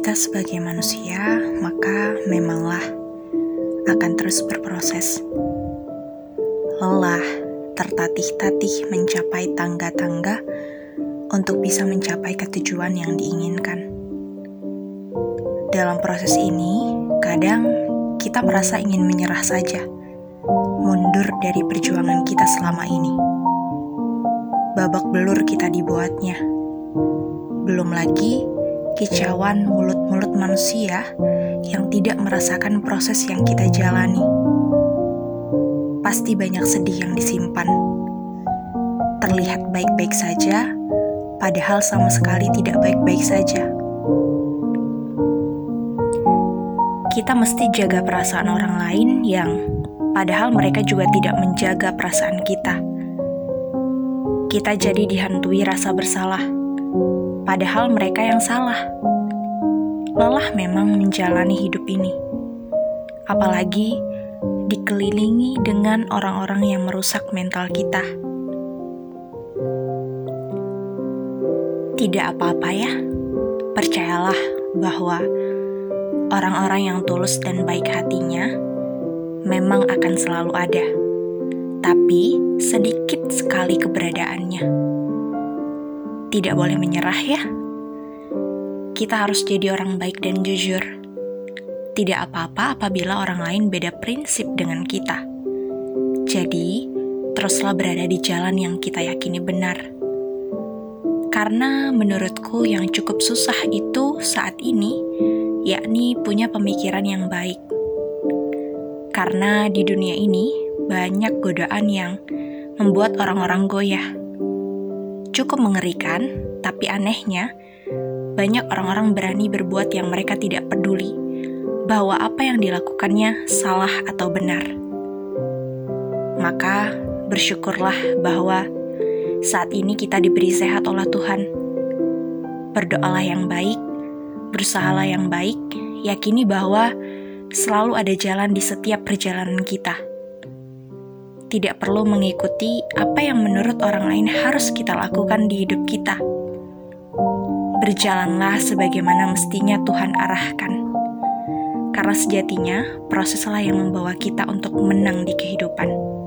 Kita sebagai manusia, maka memanglah akan terus berproses. Lelah, tertatih-tatih mencapai tangga-tangga untuk bisa mencapai ketujuan yang diinginkan. Dalam proses ini, kadang kita merasa ingin menyerah saja, mundur dari perjuangan kita selama ini. Babak belur kita dibuatnya. Belum lagi kicauan mulut-mulut manusia yang tidak merasakan proses yang kita jalani. Pasti banyak sedih yang disimpan. Terlihat baik-baik saja, padahal sama sekali tidak baik-baik saja. Kita mesti jaga perasaan orang lain yang padahal mereka juga tidak menjaga perasaan kita. Kita jadi dihantui rasa bersalah, padahal mereka yang salah. Lelah memang menjalani hidup ini, apalagi dikelilingi dengan orang-orang yang merusak mental kita. Tidak apa-apa ya, percayalah bahwa orang-orang yang tulus dan baik hatinya memang akan selalu ada, tapi sedikit sekali keberadaannya. Tidak boleh menyerah ya. Kita harus jadi orang baik dan jujur. Tidak apa-apa apabila orang lain beda prinsip dengan kita. Jadi, teruslah berada di jalan yang kita yakini benar. Karena menurutku yang cukup susah itu saat ini, yakni punya pemikiran yang baik. Karena di dunia ini, banyak godaan yang membuat orang-orang goyah. Cukup mengerikan, tapi anehnya, banyak orang-orang berani berbuat yang mereka tidak peduli bahwa apa yang dilakukannya salah atau benar. Maka bersyukurlah bahwa saat ini kita diberi sehat oleh Tuhan. Berdoalah yang baik, berusahalah yang baik, yakini bahwa selalu ada jalan di setiap perjalanan kita. Tidak perlu mengikuti apa yang menurut orang lain harus kita lakukan di hidup kita. Berjalanlah sebagaimana mestinya Tuhan arahkan. Karena sejatinya, proseslah yang membawa kita untuk menang di kehidupan.